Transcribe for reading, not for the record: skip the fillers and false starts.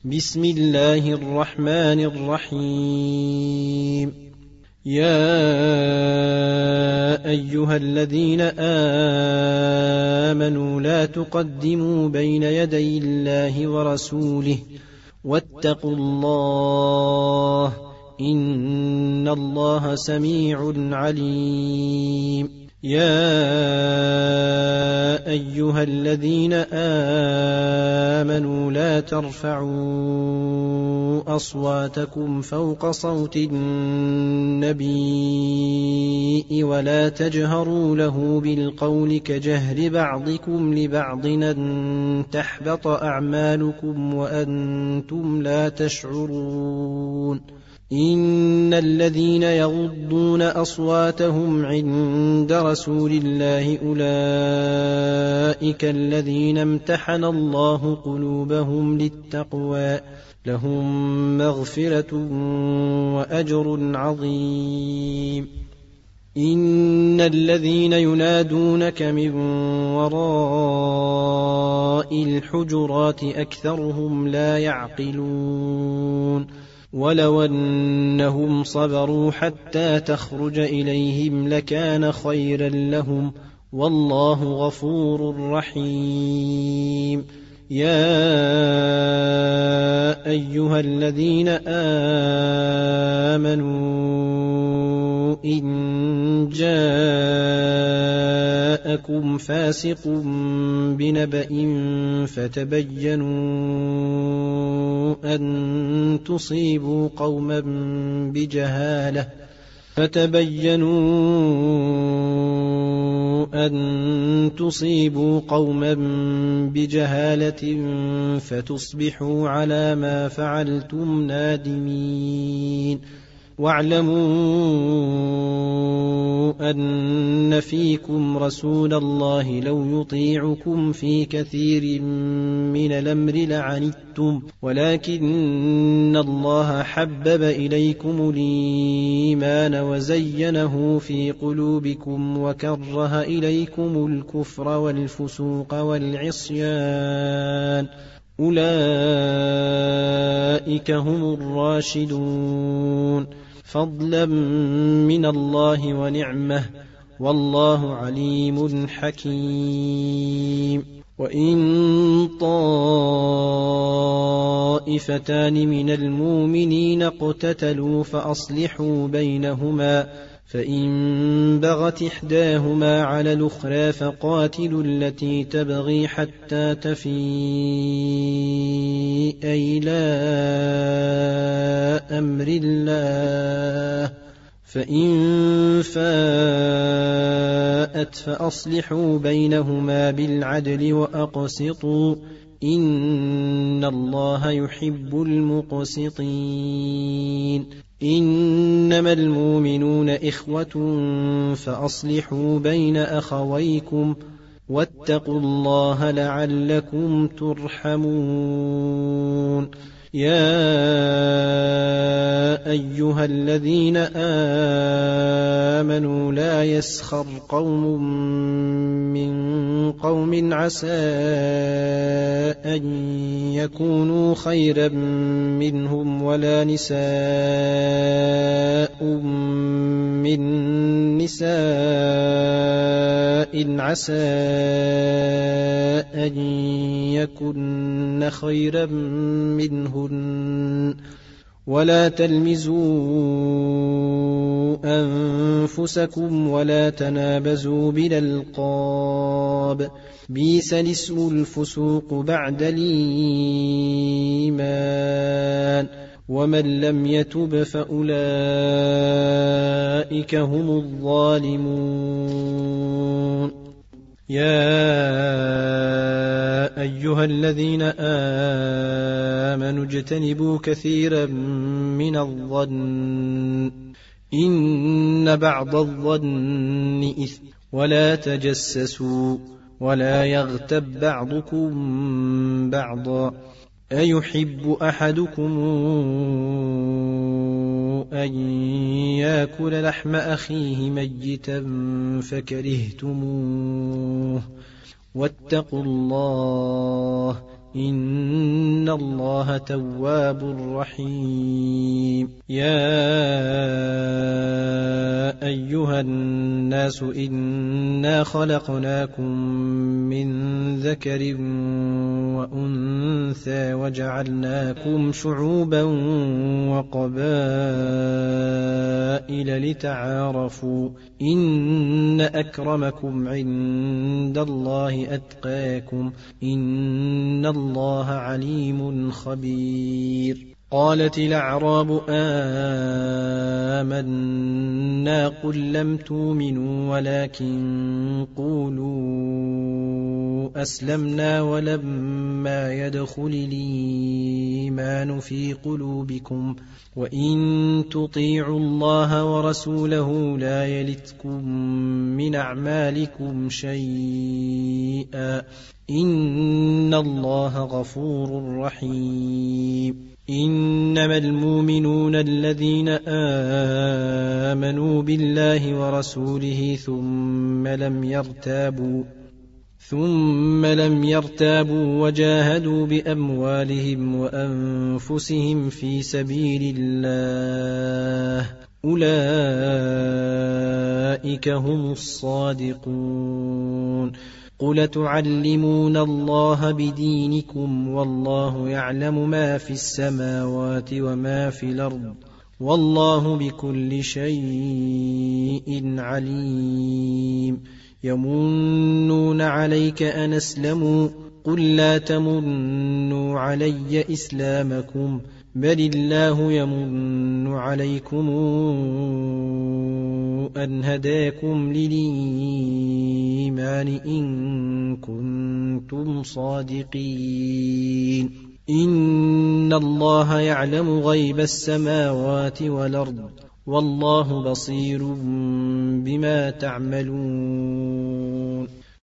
بسم الله الرحمن الرحيم. يا أيها الذين آمنوا لا تقدموا بين يدي الله ورسوله واتقوا الله إن الله سميع عليم. يا أيها الذين آمنوا لا ترفعوا أصواتكم فوق صوت النبي ولا تجهروا له بالقول كجهر بعضكم لبعض أن تحبط أعمالكم وأنتم لا تشعرون. إن الذين يغضون أصواتهم عند رسول الله أولئك الذين امتحن الله قلوبهم للتقوى لهم مغفرة وأجر عظيم. إن الذين ينادونك من وراء الحجرات أكثرهم لا يعقلون. ولو أنهم صبروا حتى تخرج إليهم لكان خيرا لهم والله غفور رحيم. يا أيها الذين آمنوا إن جاءكم فاسق بنبأ فتبينوا أن تصيبوا قوما بجهالة فتصبحوا على ما فعلتم نادمين. واعلموا أن فيكم رسول الله لو يطيعكم في كثير من الأمر لعنتم ولكن الله حبب إليكم الإيمان وزينه في قلوبكم وكره إليكم الكفر والفسوق والعصيان أولئك هم الراشدون فضلا من الله ونعمه والله عليم حكيم. وإن طائفتان من المؤمنين اقتتلوا فأصلحوا بينهما فإن بغت إحداهما على الأخرى فقاتلوا التي تبغي حتى تفيء إلى أمر الله فإن فاءت فأصلحوا بينهما بالعدل وأقسطوا إن الله يحب المقسطين. إنما المؤمنون إخوة فأصلحوا بين أخويكم واتقوا الله لعلكم ترحمون. يا أيها الذين آمنوا لا يسخر قوم من قوم عسى أن يكونوا خيرا منهم ولا نساء من نساء عسى أن يكن خيرا منهن ولا تلمزوا أنفسكم ولا تنابزوا بالألقاب بئس الاسم الفسوق بعد الإيمان ومن لم يتب فأولئك هم الظالمون. يا أيها الذين آمنوا اجتنبوا كثيرا من الظن إن بعض الظن إثم ولا تجسسوا ولا يغتب بعضكم بعضا أيحب أحدكم أن يأكل لحم أخيه ميتا فكرهتموه واتقوا الله إن الله تواب رحيم يا أيها الناس إنا خلقناكم من ذكر وأنثى وجعلناكم شعوبا وقبائل لتعارفوا إن أكرمكم عند الله أتقاكم إن الله عليم خبير قالت الأعراب آمنا قل لم تؤمنوا ولكن قولوا أسلمنا ولما يدخل الإيمان في قلوبكم وإن تطيعوا الله ورسوله لا يلتكم من أعمالكم شيئا إن الله غفور رحيم إنما المؤمنون الذين آمنوا بالله ورسوله ثم لم يرتابوا وجاهدوا بأموالهم وأنفسهم في سبيل الله أولئك هم الصادقون قل تعلمون الله بدينكم والله يعلم ما في السماوات وما في الأرض والله بكل شيء عليم يمنون عليك أن أسلموا قل لا تمنوا علي إسلامكم بل الله يمن عليكم أن هداكم للإيمان إن كنتم صادقين إن الله يعلم غيب السماوات والأرض والله بصير بما تعملون